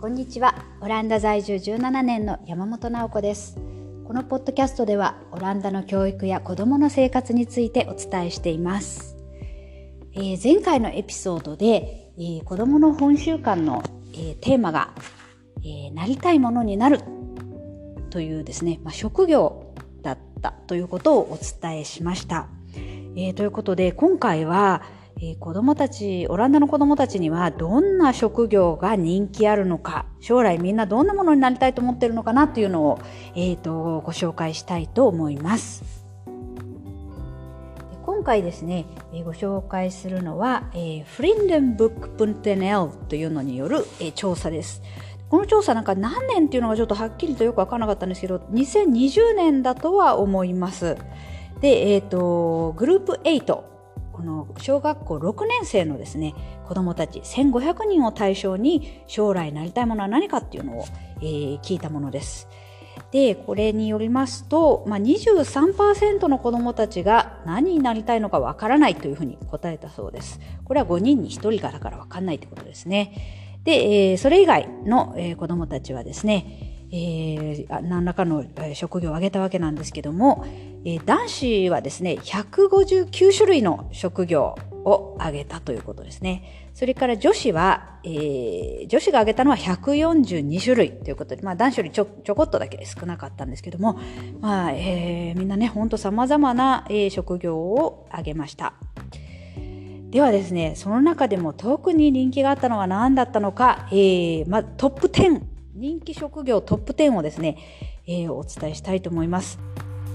こんにちは。オランダ在住17年の山本直子です。このポッドキャストではオランダの教育や子どもの生活についてお伝えしています。前回のエピソードで、子どもの本週間の、テーマが、なりたいものになるというですね、職業だったということをお伝えしました。ということで今回は子供たち、オランダの子供たちにはどんな職業が人気あるのか、将来みんなどんなものになりたいと思っているのかなというのを、ご紹介したいと思います。今回ですね、ご紹介するのは、Vriendenboek.nl というのによる、調査です。この調査なんか何年っていうのがちょっとはっきりとよく分からなかったんですけど、2020年だとは思います。で、グループ8、この小学校6年生のですね、子どもたち1500人を対象に将来なりたいものは何かっていうのを、聞いたものです。で、これによりますと、23% の子どもたちが何になりたいのかわからないというふうに答えたそうです。これは5人に1人がだからわかんないということですね。で、それ以外の、子どもたちはですね、何らかの職業を挙げたわけなんですけども、男子はですね159種類の職業を挙げたということですね。それから女子は、女子が挙げたのは142種類ということで、男子よりちょこっとだけ少なかったんですけども、みんなね本当様々な、職業を挙げました。ではですね、その中でも特に人気があったのは何だったのか、トップ10、人気職業トップ10をですね、お伝えしたいと思います。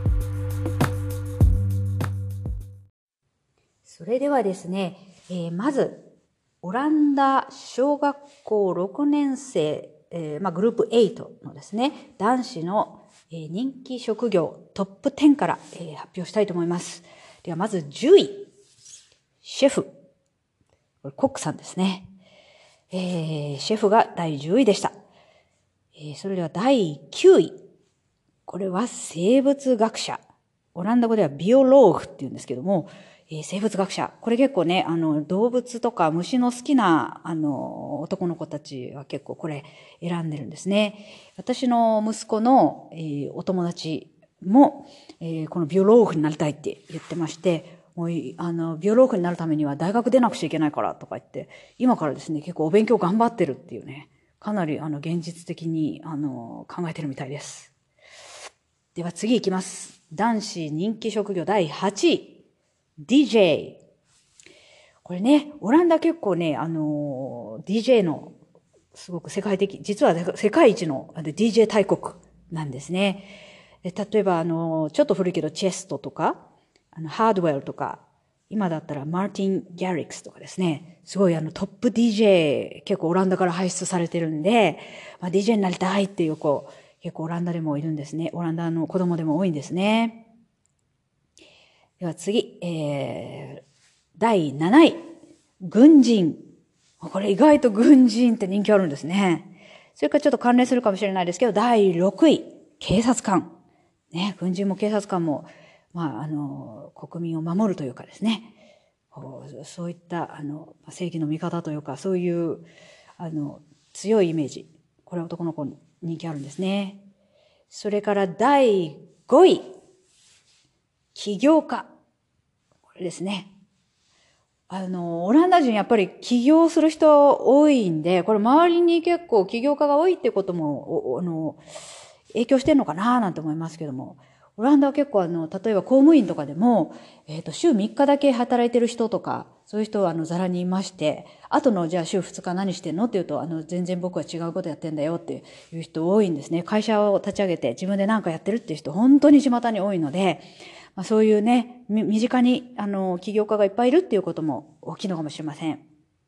それではですね、まずオランダ小学校6年生、グループ8のですね、男子の、人気職業トップ10から、発表したいと思います。ではまず10位、シェフ。これコックさんですね。シェフが第10位でした。それでは第9位。これは生物学者。オランダ語ではビオローグって言うんですけども、生物学者。これ結構ね、動物とか虫の好きな、男の子たちは結構これ選んでるんですね。私の息子の、お友達も、このビオローグになりたいって言ってまして、もうビオローグになるためには大学出なくちゃいけないからとか言って、今からですね、結構お勉強頑張ってるっていうね、かなり現実的に考えてるみたいです。では次いきます。男子人気職業第8位。DJ。これね、オランダ結構ね、DJ のすごく世界的、実は世界一のDJ 大国なんですね。例えばちょっと古いけどチェストとか、ハードウェルとか、今だったらマーティン・ギャリックスとかですね、すごいトップ DJ 結構オランダから輩出されてるんで、DJ になりたいっていう子、結構オランダでもいるんですね。オランダの子供でも多いんですね。では次、第7位、軍人。これ意外と軍人って人気あるんですね。それからちょっと関連するかもしれないですけど、第6位、警察官。ね、軍人も警察官も、国民を守るというかですね、そういった正義の味方というか、そういう強いイメージ、これ男の子に人気あるんですね。それから第5位、起業家。これですね。オランダ人やっぱり起業する人多いんで、これ周りに結構起業家が多いっていうことも、影響してるのかななんて思いますけども、オランダは結構例えば公務員とかでも、週3日だけ働いてる人とか、そういう人はざらにいまして、あとのじゃあ週2日何してんのって言うと、全然僕は違うことやってんだよっていう人多いんですね。会社を立ち上げて自分で何かやってるっていう人本当に巷に多いので、そういうね、身近に起業家がいっぱいいるっていうことも大きいのかもしれません。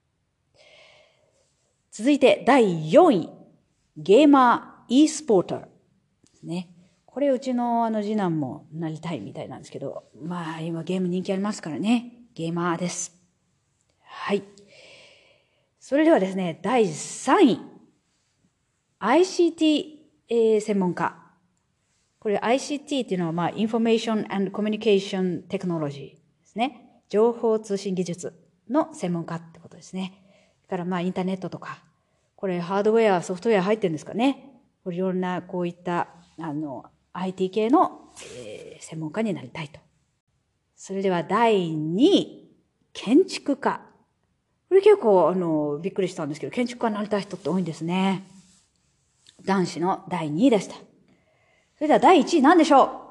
続いて第4位、ゲーマー、e スポーターですね。これうちの次男もなりたいみたいなんですけど、今ゲーム人気ありますからね、ゲーマーです。はい。それではですね、第3位、ICT、専門家。これ ICT っていうのは、Information and Communication Technology ですね。情報通信技術の専門家ってことですね。だからインターネットとか、 これハードウェア、ソフトウェア入ってるんですかね。これいろんなこういったIT 系の、専門家になりたいと。それでは第2位、建築家。これ結構びっくりしたんですけど、建築家になりたい人って多いんですね。男子の第2位でした。それでは第1位何でしょう？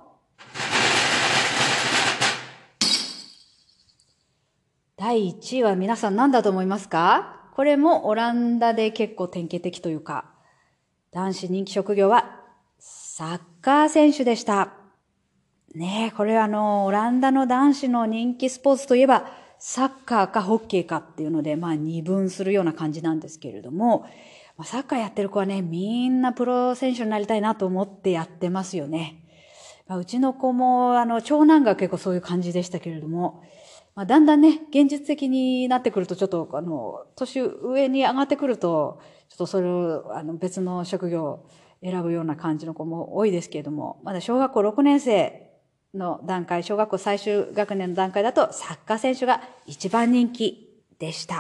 第1位は皆さん何だと思いますか？これもオランダで結構典型的というか、男子人気職業はサッカー選手でした。ねえ、これオランダの男子の人気スポーツといえば、サッカーかホッケーかっていうので、二分するような感じなんですけれども、サッカーやってる子はね、みんなプロ選手になりたいなと思ってやってますよね。うちの子も、長男が結構そういう感じでしたけれども、だんだんね、現実的になってくると、ちょっと、年上に上がってくると、ちょっとそれを、別の職業を選ぶような感じの子も多いですけれども、まだ小学校6年生の段階、小学校最終学年の段階だと、サッカー選手が一番人気でした。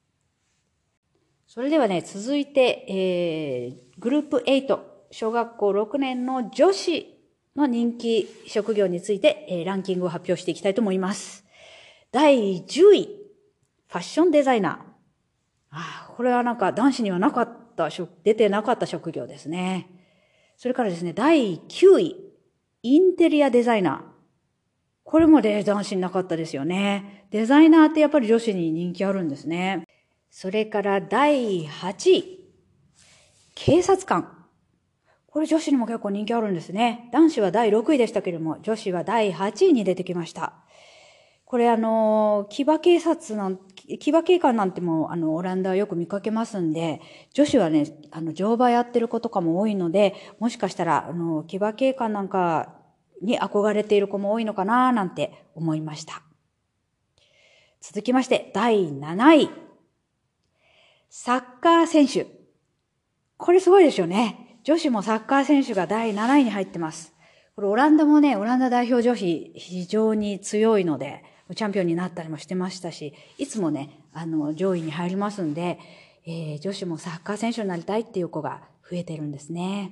それではね、続いて、グループ8、小学校6年の女子の人気職業について、ランキングを発表していきたいと思います。第10位、ファッションデザイナー。これはなんか男子には出てなかった職業ですね。それからですね、第9位、インテリアデザイナー。これもね、男子になかったですよね。デザイナーってやっぱり女子に人気あるんですね。それから第8位、警察官。これ女子にも結構人気あるんですね。男子は第6位でしたけれども、女子は第8位に出てきました。これ騎馬警官なんてもオランダはよく見かけますんで、女子はね、乗馬やってる子とかも多いので、もしかしたら、騎馬警官なんかに憧れている子も多いのかななんて思いました。続きまして、第7位。サッカー選手。これすごいですよね。女子もサッカー選手が第7位に入ってます。これオランダもね、オランダ代表女子非常に強いので、チャンピオンになったりもしてましたし、いつもね、上位に入りますんで、女子もサッカー選手になりたいっていう子が増えてるんですね。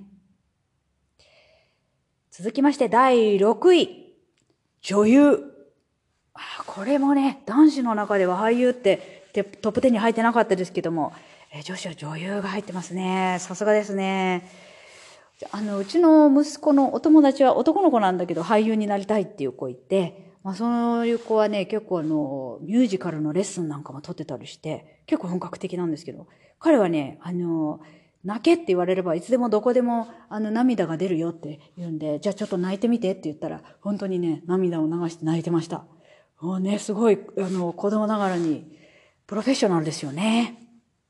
続きまして第6位、女優。これもね、男子の中では俳優ってトップ10に入ってなかったですけども、女子は女優が入ってますね。さすがですね。うちの息子のお友達は男の子なんだけど俳優になりたいっていう子いて、そういう子はね、結構ミュージカルのレッスンなんかも取ってたりして、結構本格的なんですけど、彼はね、泣けって言われればいつでもどこでも涙が出るよって言うんで、じゃあちょっと泣いてみてって言ったら、本当にね、涙を流して泣いてました。もうね、すごい、子供ながらにプロフェッショナルですよね。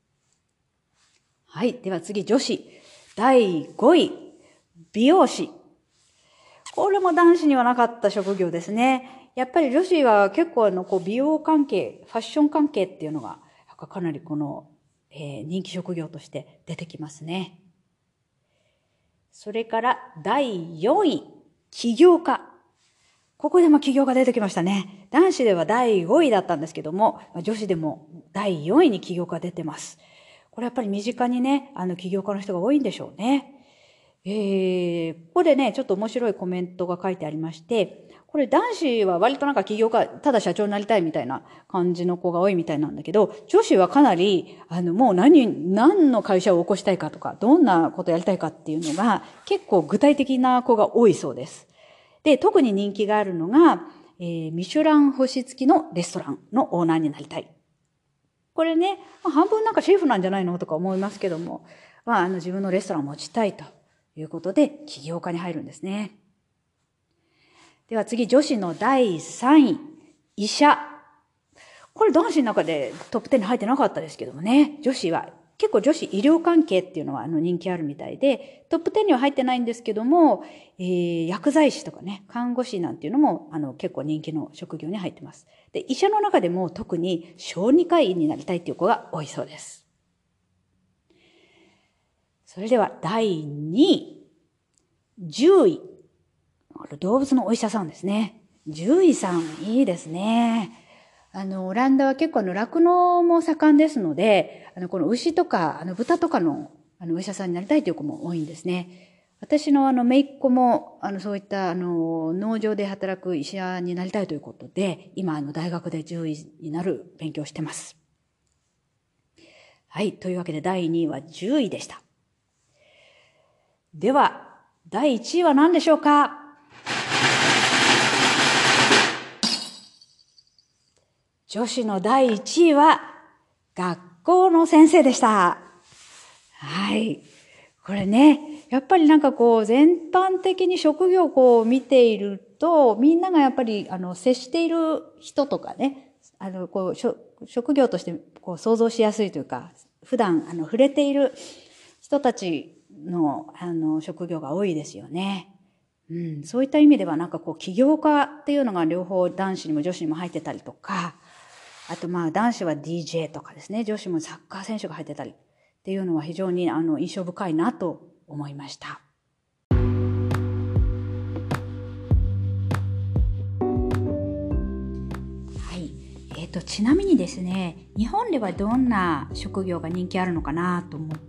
はい。では次、女子。第5位、美容師。これも男子にはなかった職業ですね。やっぱり女子は結構美容関係、ファッション関係っていうのが、かなり人気職業として出てきますね。それから第4位、起業家。ここでも起業家出てきましたね。男子では第5位だったんですけども、女子でも第4位に起業家出てます。これやっぱり身近にね、起業家の人が多いんでしょうね。ここでね、ちょっと面白いコメントが書いてありまして、これ男子は割となんか起業家、ただ社長になりたいみたいな感じの子が多いみたいなんだけど、女子はかなり、もう何の会社を起こしたいかとか、どんなことやりたいかっていうのが、結構具体的な子が多いそうです。で、特に人気があるのが、ミシュラン星付きのレストランのオーナーになりたい。これね、半分なんかシェフなんじゃないのとか思いますけども、自分のレストランを持ちたいということで、起業家に入るんですね。では次、女子の第3位、医者。これ男子の中でトップ10に入ってなかったですけどもね、結構女子医療関係っていうのは人気あるみたいで、トップ10には入ってないんですけども、薬剤師とかね、看護師なんていうのも結構人気の職業に入ってます。で、医者の中でも特に小児科医になりたいっていう子が多いそうです。それでは第2位、獣医。動物のお医者さんですね。獣医さん、いいですね。 オランダは結構酪農も盛んですので、この牛とか豚とかのお医者さんになりたいという子も多いんですね。私の姪っ子もそういった農場で働く医者になりたいということで、今大学で獣医になる勉強をしてます。はい、というわけで第2位は獣医でした。では第1位は何でしょうか？女子の第1位は学校の先生でした。はい。これね、やっぱりなんか全般的に職業を見ていると、みんながやっぱり接している人とかね、職業として想像しやすいというか、普段触れている人たちの職業が多いですよね。そういった意味ではなんか起業家っていうのが両方男子にも女子にも入ってたりとか、あと男子は DJ とかですね、女子もサッカー選手が入ってたりっていうのは非常に印象深いなと思いました。ちなみにですね、日本ではどんな職業が人気あるのかなと思って、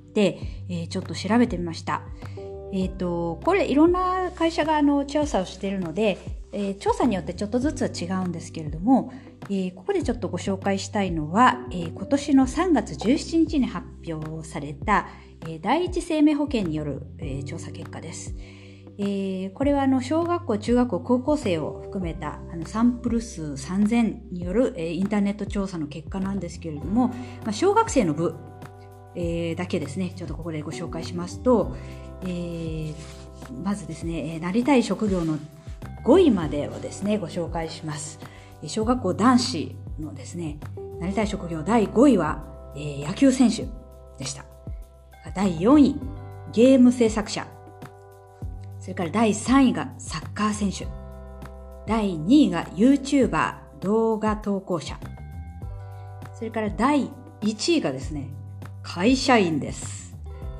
ちょっと調べてみました。これいろんな会社が調査をしているので、調査によってちょっとずつは違うんですけれども、ここでちょっとご紹介したいのは、今年の3月17日に発表された、第一生命保険による、調査結果です。これは小学校、中学校、高校生を含めたサンプル数3000による、インターネット調査の結果なんですけれども、小学生の部、だけですね、ちょっとここでご紹介しますと、まずですね、なりたい職業の5位までをですね、ご紹介します。小学校男子のですね、なりたい職業第5位は、野球選手でした。第4位、ゲーム制作者。それから第3位がサッカー選手。第2位が YouTuber 動画投稿者。それから第1位がですね、会社員です。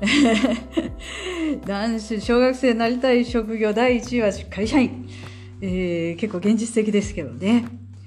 男子、小学生になりたい職業第1位は会社員。結構現実的ですけどね。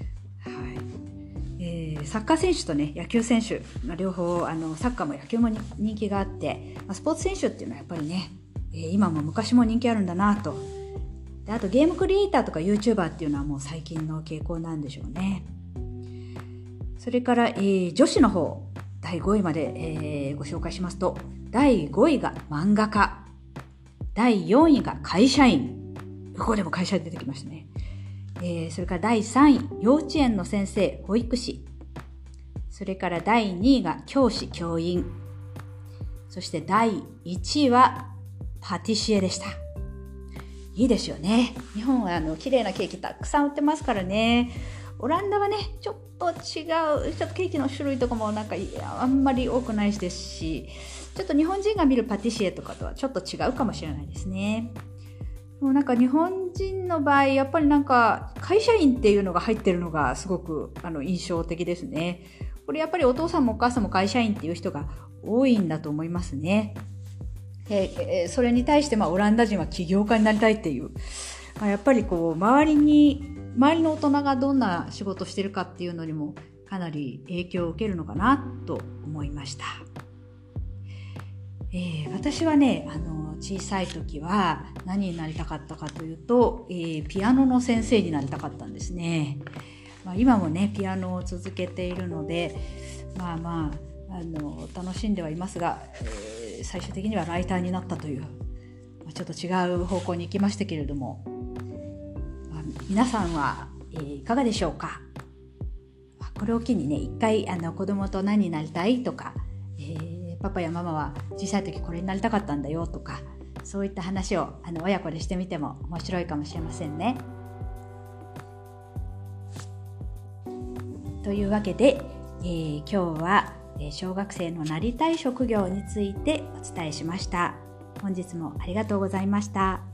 サッカー選手とね、野球選手、両方サッカーも野球も人気があって、スポーツ選手っていうのはやっぱりね、今も昔も人気あるんだなと。で、あとゲームクリエイターとか YouTuber っていうのはもう最近の傾向なんでしょうね。それから、女子の方第5位まで、ご紹介しますと、第5位が漫画家、第4位が会社員、ここでも会社で出てきましたね。それから第3位幼稚園の先生、保育士、それから第2位が教師、教員、そして第1位はパティシエでした。いいですよね。日本は綺麗なケーキたくさん売ってますからね。オランダはね、ちょっと違う、ちょっとケーキの種類とかもなんかあんまり多くないですし、ちょっと日本人が見るパティシエとかとはちょっと違うかもしれないですね。もうなんか日本人の場合、やっぱりなんか会社員っていうのが入ってるのがすごく印象的ですね。これやっぱりお父さんもお母さんも会社員っていう人が多いんだと思いますね。それに対してオランダ人は起業家になりたいっていう、やっぱり周りの大人がどんな仕事をしてるかっていうのにもかなり影響を受けるのかなと思いました。私はね、小さい時は何になりたかったかというと、ピアノの先生になりたかったんですね。今もね、ピアノを続けているので、楽しんではいますが、最終的にはライターになったという、ちょっと違う方向に行きましたけれども、皆さんはいかがでしょうか。これを機にね、一回子供と何になりたいとか、パパやママは小さい時これになりたかったんだよとか、そういった話を親子でしてみても面白いかもしれませんね。というわけで、今日は小学生のなりたい職業についてお伝えしました。本日もありがとうございました。